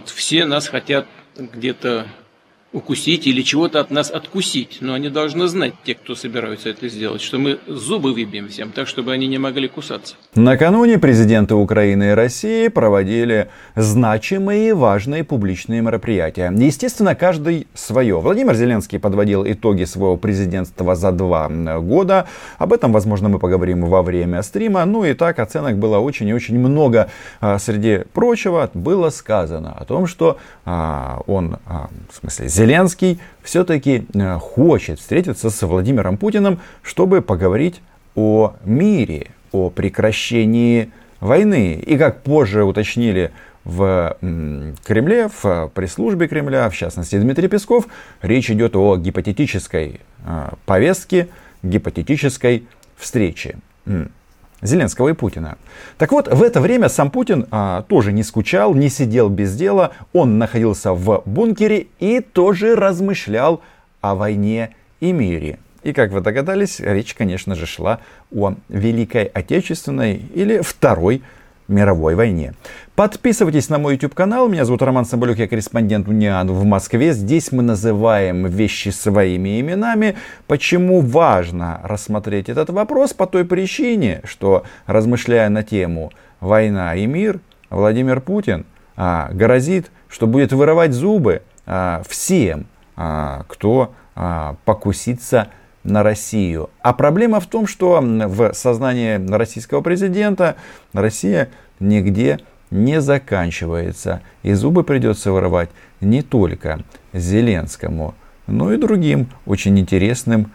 вот все нас хотят где-то укусить или чего-то от нас откусить. Но они должны знать, те, кто собираются это сделать, что мы зубы выбьем всем, так, чтобы они не могли кусаться. Накануне президенты Украины и России проводили значимые и важные публичные мероприятия. Естественно, каждый свое. Владимир Зеленский подводил итоги своего президентства за 2 года. Об этом, возможно, мы поговорим во время стрима. Ну и так, оценок было очень и очень много. Среди прочего было сказано о том, что он, в смысле, Зеленский все-таки хочет встретиться с Владимиром Путиным, чтобы поговорить о мире, о прекращении войны. И как позже уточнили в Кремле, в пресс-службе Кремля, в частности Дмитрий Песков, речь идет о гипотетической повестке, гипотетической встрече Зеленского и Путина. Так вот, в это время сам Путин тоже не скучал, не сидел без дела. Он находился в бункере и тоже размышлял о войне и мире. И, как вы догадались, речь, конечно же, шла о Великой Отечественной или Второй мировой войне. Подписывайтесь на мой YouTube канал. Меня зовут Роман Соболюк, я корреспондент УНИАН в Москве. Здесь мы называем вещи своими именами. Почему важно рассмотреть этот вопрос? По той причине, что, размышляя на тему «Война и мир», Владимир Путин грозит, что будет вырывать зубы всем, кто покусится на Россию. А проблема в том, что в сознании российского президента Россия нигде не заканчивается. И зубы придется вырывать не только Зеленскому, но и другим очень интересным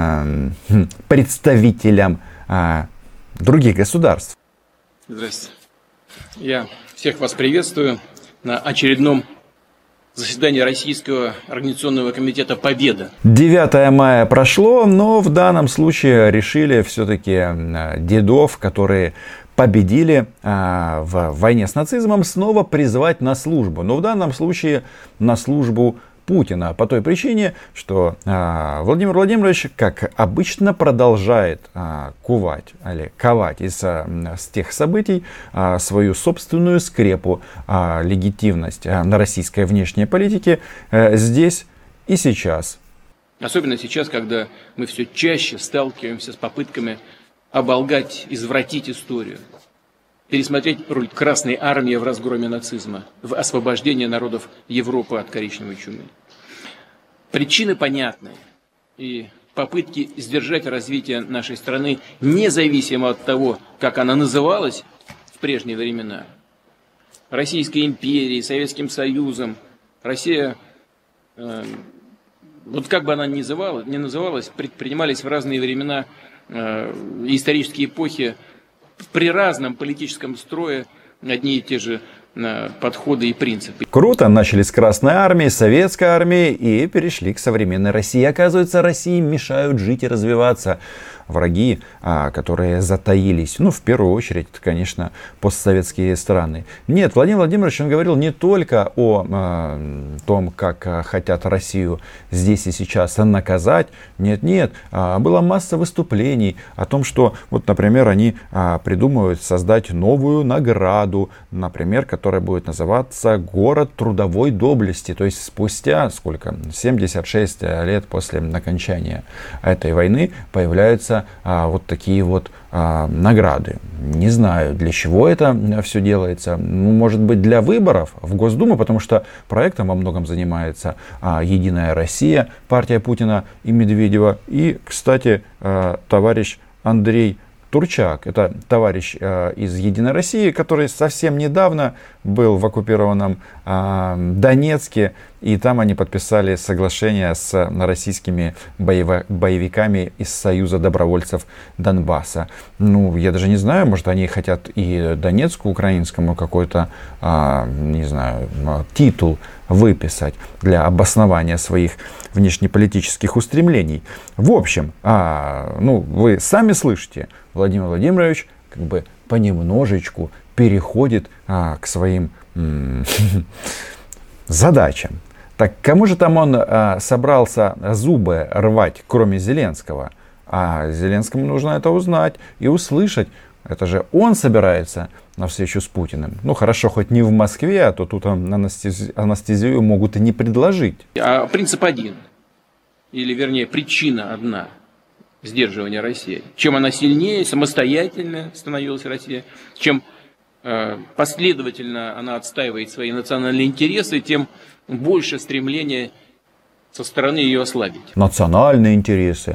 представителям других государств. Здравствуйте. Я всех вас приветствую на очередном заседании Российского организационного комитета «Победа». 9 мая прошло, но в данном случае решили все-таки дедов, которые победили в войне с нацизмом, снова призвать на службу. Но в данном случае на службу Путина. По той причине, что Владимир Владимирович, как обычно, продолжает ковать с тех событий свою собственную скрепу, легитимность на российской внешней политике здесь и сейчас. Особенно сейчас, когда мы все чаще сталкиваемся с попытками оболгать, извратить историю. Пересмотреть роль Красной Армии в разгроме нацизма, в освобождении народов Европы от коричневой чумы. Причины понятны, и попытки сдержать развитие нашей страны, независимо от того, как она называлась в прежние времена, Российской империей, Советским Союзом, Россия, вот как бы она ни называлась, предпринимались в разные времена, исторические эпохи, при разном политическом строе одни и те же подходы и принципы. Круто, начали с Красной Армии, Советской Армии и перешли к современной России. Оказывается, России мешают жить и развиваться враги, которые затаились. Ну, в первую очередь, это, конечно, постсоветские страны. Нет, Владимир Владимирович, он говорил не только о том, как хотят Россию здесь и сейчас наказать. Нет, была масса выступлений о том, что, вот, например, они придумывают создать новую награду, например, которая будет называться «Город трудовой доблести». То есть спустя, 76 лет после окончания этой войны появляются вот такие вот награды. Не знаю, для чего это все делается. Ну, может быть, для выборов в Госдуму, потому что проектом во многом занимается «Единая Россия», партия Путина и Медведева. И, кстати, товарищ Андрей Турчак, это товарищ из «Единой России», который совсем недавно был в оккупированном Донецке, и там они подписали соглашение с российскими боевиками из Союза добровольцев Донбасса. Ну, я даже не знаю, может, они хотят и Донецку украинскому какой-то, не знаю, титул выписать для обоснования своих внешнеполитических устремлений. В общем, вы сами слышите, Владимир Владимирович как бы понемножечку переходит к своим задачам. Так кому же там он собрался зубы рвать, кроме Зеленского? А Зеленскому нужно это узнать и услышать. Это же он собирается на встречу с Путиным. Ну, хорошо, хоть не в Москве, а то тут анестезию могут и не предложить. А принцип один, или вернее причина одна сдерживания России. Чем она сильнее, самостоятельно становилась Россия, чем последовательно она отстаивает свои национальные интересы, тем больше стремления со стороны ее ослабить. Национальные интересы,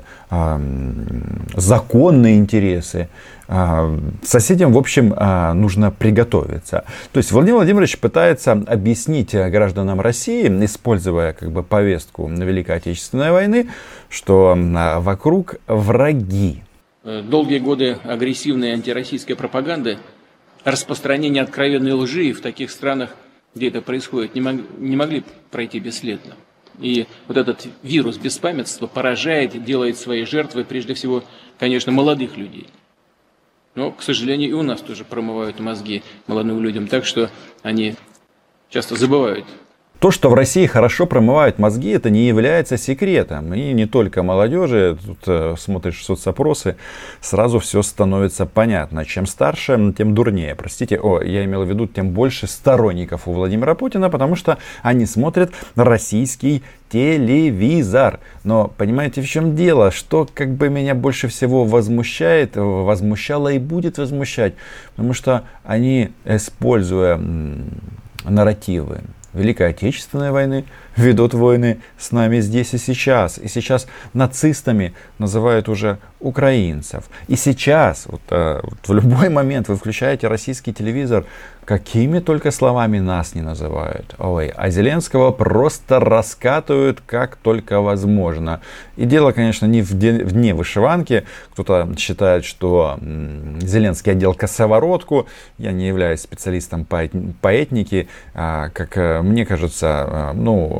законные интересы. Соседям, в общем, нужно приготовиться. То есть Владимир Владимирович пытается объяснить гражданам России, используя как бы повестку Великой Отечественной войны, что вокруг враги. Долгие годы агрессивной антироссийской пропаганды, распространение откровенной лжи в таких странах, где это происходит, не могли пройти бесследно. И вот этот вирус беспамятства поражает, делает свои жертвы, прежде всего, конечно, молодых людей. Но, к сожалению, и у нас тоже промывают мозги молодым людям, так что они часто забывают. То, что в России хорошо промывают мозги, это не является секретом. И не только молодежи. Тут смотришь соцопросы, сразу все становится понятно. Чем старше, тем дурнее. Простите, я имел в виду, тем больше сторонников у Владимира Путина, потому что они смотрят российский телевизор. Но понимаете, в чем дело? Что как бы меня больше всего возмущало и будет возмущать. Потому что они, используя нарративы Великой Отечественной войны, ведут войны с нами здесь и сейчас. И сейчас нацистами называют уже украинцев. И сейчас, в любой момент вы включаете российский телевизор, какими только словами нас не называют. А Зеленского просто раскатывают как только возможно. И дело, конечно, не в дне вышиванки. Кто-то считает, что Зеленский одел косоворотку. Я не являюсь специалистом по этнике. Как мне кажется,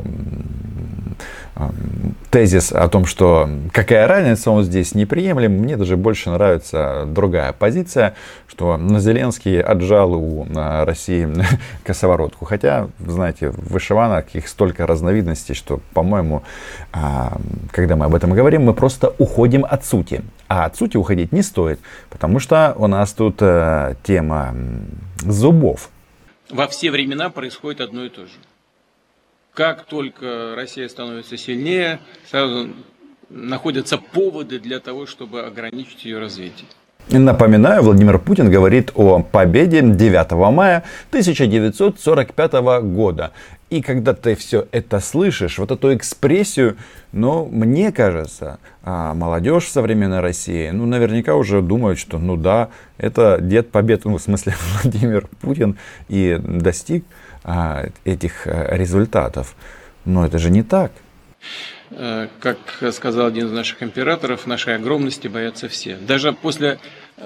тезис о том, что какая разница, он здесь неприемлем, мне даже больше нравится другая позиция, что Зеленский отжал у России косоворотку. Хотя, знаете, в вышиванок их столько разновидностей, что, по-моему, когда мы об этом говорим, мы просто уходим от сути. А от сути уходить не стоит, потому что у нас тут тема зубов. Во все времена происходит одно и то же. Как только Россия становится сильнее, сразу находятся поводы для того, чтобы ограничить ее развитие. Напоминаю, Владимир Путин говорит о победе 9 мая 1945 года. И когда ты все это слышишь, вот эту экспрессию, мне кажется, молодежь в современной России, наверняка уже думают, что, это дед побед, в смысле Владимир Путин, и достиг этих результатов. Но это же не так. Как сказал один из наших императоров, нашей огромности боятся все. Даже после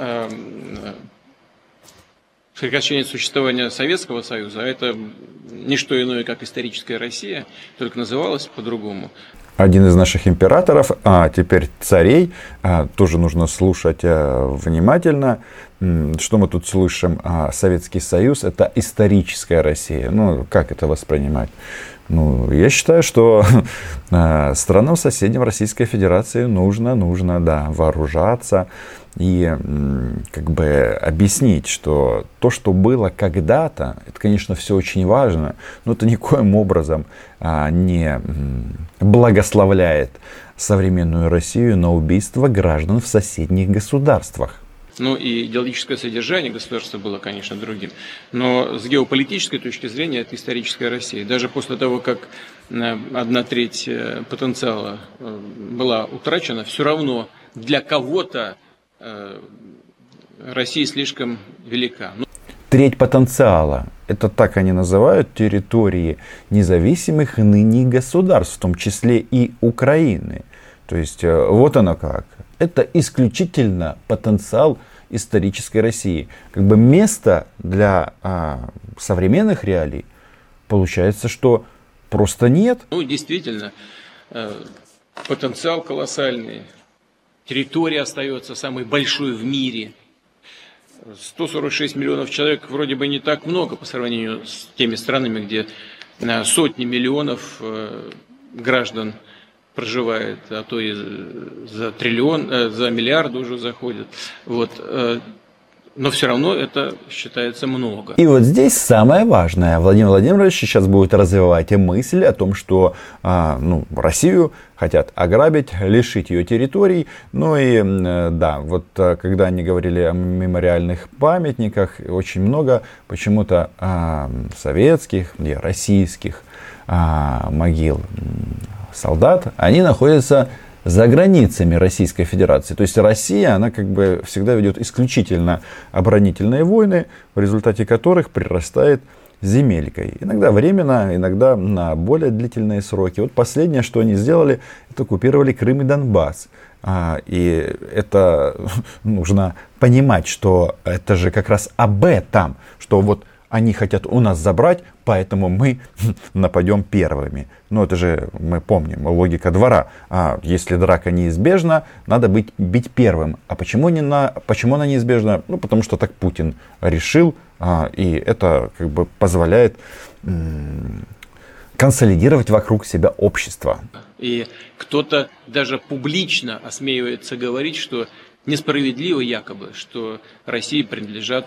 прекращения существования Советского Союза, это не что иное, как историческая Россия, только называлась по-другому. Один из наших императоров, а теперь царей, тоже нужно слушать внимательно. Что мы тут слышим? Советский Союз — это историческая Россия. Как это воспринимать? Я считаю, что странам-соседям Российской Федерации нужно, вооружаться и объяснить, что то, что было когда-то, это, конечно, все очень важно, но это никоим образом не благословляет современную Россию на убийство граждан в соседних государствах. И идеологическое содержание государства было, конечно, другим. Но с геополитической точки зрения это историческая Россия. Даже после того, как 1/3 потенциала была утрачена, все равно для кого-то Россия слишком велика. Треть потенциала. Это так они называют территории независимых ныне государств, в том числе и Украины. То есть вот оно как. Это исключительно потенциал исторической России. Место для современных реалий получается, что просто нет. Действительно, потенциал колоссальный. Территория остается самой большой в мире. 146 миллионов человек вроде бы не так много по сравнению с теми странами, где сотни миллионов граждан проживает, а то и за триллион, за миллиарды уже заходят. Но все равно это считается много. И вот здесь самое важное. Владимир Владимирович сейчас будет развивать мысль о том, что Россию хотят ограбить, лишить ее территорий. Ну и да, вот когда они говорили о мемориальных памятниках, очень много почему-то советских и российских могил солдат, они находятся за границами Российской Федерации. То есть Россия, она как бы всегда ведет исключительно оборонительные войны, в результате которых прирастает земелькой. Иногда временно, иногда на более длительные сроки. Вот последнее, что они сделали, это оккупировали Крым и Донбасс. И это нужно понимать, что это же как раз об этом, что вот они хотят у нас забрать, поэтому мы нападем первыми. Ну, это же, мы помним, логика двора. Если драка неизбежна, надо бить первым. А почему она неизбежна? Ну, потому что так Путин решил, и это как бы позволяет консолидировать вокруг себя общество. И кто-то даже публично осмеивается говорить, что несправедливо якобы, что России принадлежат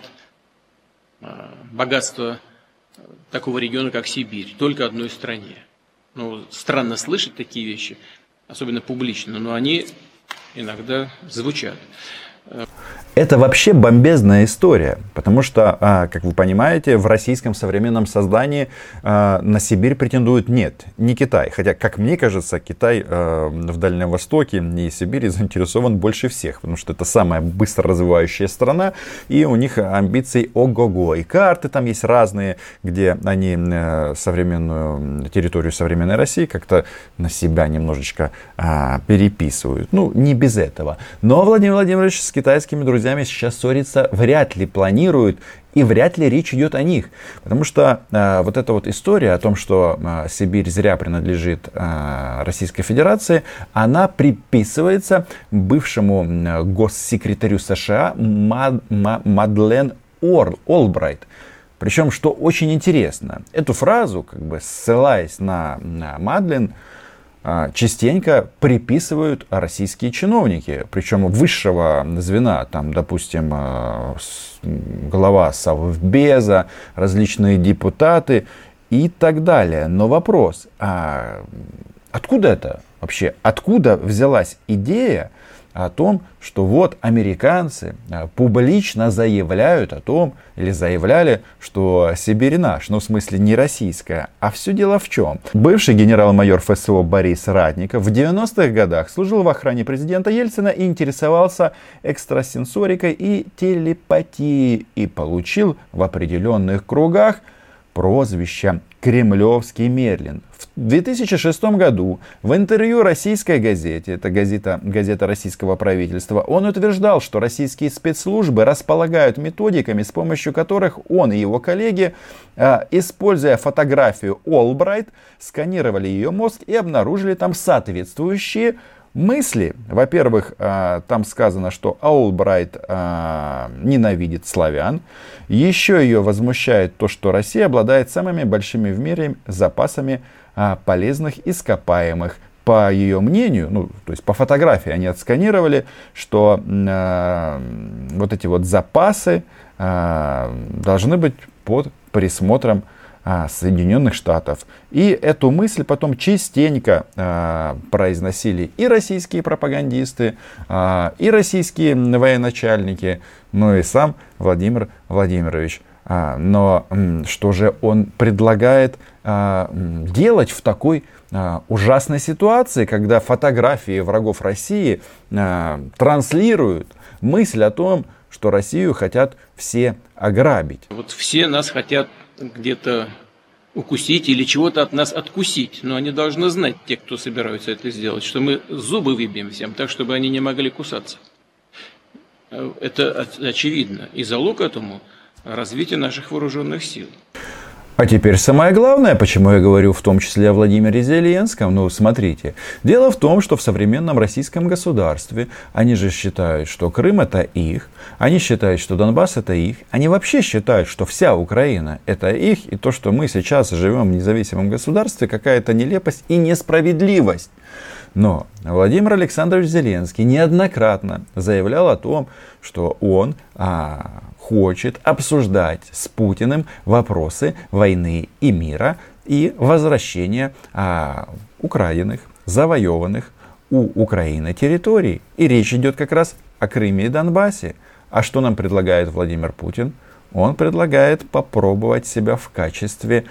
богатство такого региона, как Сибирь, только одной стране. Ну, странно слышать такие вещи, особенно публично, но они иногда звучат. Это вообще бомбезная история, потому что, как вы понимаете, в российском современном создании на Сибирь претендует не Китай. Хотя, как мне кажется, Китай в Дальнем Востоке и Сибири заинтересован больше всех, потому что это самая быстро развивающая страна, и у них амбиций ого-го. И карты там есть разные, где они современную территорию современной России как-то на себя немножечко переписывают. Ну, не без этого. Но Владимир Владимирович с китайскими друзьями сейчас ссориться вряд ли планируют, и вряд ли речь идет о них. Потому что вот эта вот история о том, что Сибирь зря принадлежит Российской Федерации, она приписывается бывшему госсекретарю США Мадлен Олбрайт. Причем, что очень интересно, эту фразу, как бы ссылаясь на Мадлен, частенько приписывают российские чиновники, причем высшего звена, там, допустим, глава Совбеза, различные депутаты и так далее. Но вопрос, откуда это вообще? Откуда взялась идея о том, что вот американцы публично заявляют о том, или заявляли, что Сибирь наш, ну в смысле не российская. А все дело в чем? Бывший генерал-майор ФСО Борис Ратников в 90-х годах служил в охране президента Ельцина и интересовался экстрасенсорикой и телепатией, и получил в определенных кругах прозвище «Кремлевский Мерлин». В 2006 году в интервью российской газете, это газета российского правительства, он утверждал, что российские спецслужбы располагают методиками, с помощью которых он и его коллеги, используя фотографию Олбрайт, сканировали ее мозг и обнаружили там соответствующие мысли. Во-первых, там сказано, что Олбрайт ненавидит славян. Еще ее возмущает то, что Россия обладает самыми большими в мире запасами полезных ископаемых. По ее мнению, ну, то есть по фотографии они отсканировали, что вот эти вот запасы должны быть под присмотром Соединенных Штатов. И эту мысль потом частенько произносили и российские пропагандисты, и российские военачальники, ну и сам Владимир Владимирович. Но что же он предлагает делать в такой ужасной ситуации, когда фотографии врагов России транслируют мысль о том, что Россию хотят все ограбить? Вот все нас хотят где-то укусить или чего-то от нас откусить. Но они должны знать, те, кто собираются это сделать, что мы зубы выбьем всем, так, чтобы они не могли кусаться. Это очевидно. И залог этому – развитие наших вооруженных сил. А теперь самое главное, почему я говорю в том числе о Владимире Зеленском. Ну, смотрите. Дело в том, что в современном российском государстве они же считают, что Крым это их. Они считают, что Донбасс это их. Они вообще считают, что вся Украина это их. И то, что мы сейчас живем в независимом государстве, какая-то нелепость и несправедливость. Но Владимир Александрович Зеленский неоднократно заявлял о том, что он хочет обсуждать с Путиным вопросы войны и мира и возвращения украденных, завоеванных у Украины территорий. И речь идет как раз о Крыме и Донбассе. А что нам предлагает Владимир Путин? Он предлагает попробовать себя в качестве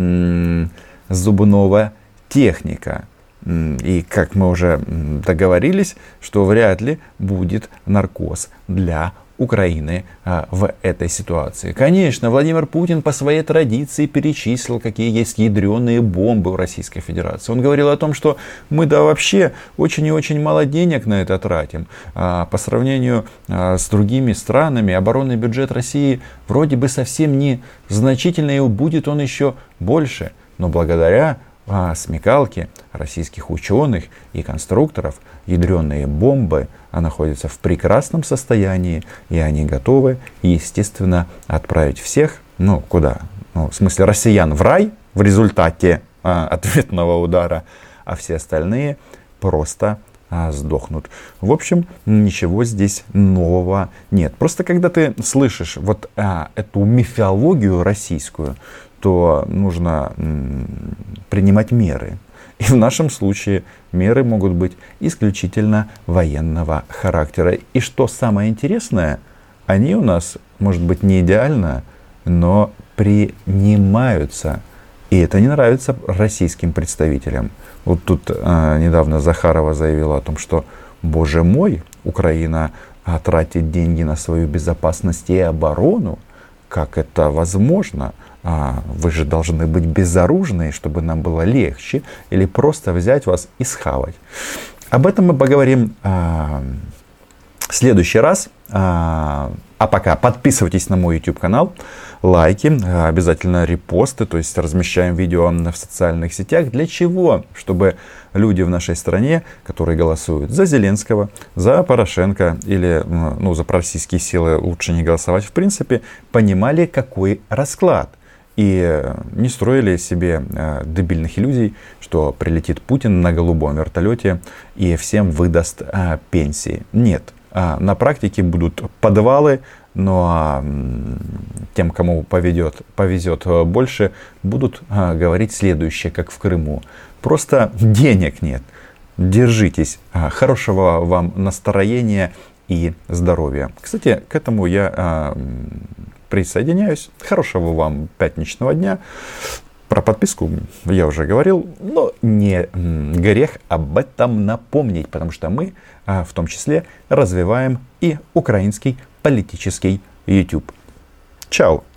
зубного техника. И как мы уже договорились, что вряд ли будет наркоз для Украины в этой ситуации. Конечно, Владимир Путин по своей традиции перечислил, какие есть ядреные бомбы у Российской Федерации. Он говорил о том, что мы вообще очень и очень мало денег на это тратим. По сравнению с другими странами оборонный бюджет России вроде бы совсем не значительный, и будет он еще больше. Но благодаря смекалке российских ученых и конструкторов ядреные бомбы находятся в прекрасном состоянии, и они готовы, естественно, отправить всех, куда? В смысле, россиян в рай в результате ответного удара, а все остальные просто сдохнут. В общем, ничего здесь нового нет. Просто когда ты слышишь вот эту мифологию российскую, то нужно принимать меры. И в нашем случае меры могут быть исключительно военного характера. И что самое интересное, они у нас, может быть, не идеально, но принимаются. И это не нравится российским представителям. Вот тут недавно Захарова заявила о том, что, боже мой, Украина тратит деньги на свою безопасность и оборону. Как это возможно? Вы же должны быть безоружны, чтобы нам было легче, или просто взять вас и схавать. Об этом мы поговорим в следующий раз. А пока подписывайтесь на мой YouTube канал, лайки, обязательно репосты, то есть размещаем видео в социальных сетях. Для чего? Чтобы люди в нашей стране, которые голосуют за Зеленского, за Порошенко или за пророссийские силы, лучше не голосовать в принципе, понимали, какой расклад. И не строили себе дебильных иллюзий, что прилетит Путин на голубом вертолете и всем выдаст пенсии. Нет. На практике будут подвалы, но тем, кому повезет больше, будут говорить следующее, как в Крыму. Просто денег нет. Держитесь. Хорошего вам настроения и здоровья. Кстати, к этому я присоединяюсь. Хорошего вам пятничного дня. Про подписку я уже говорил, но не грех об этом напомнить, потому что мы в том числе развиваем и украинский политический YouTube. Чао!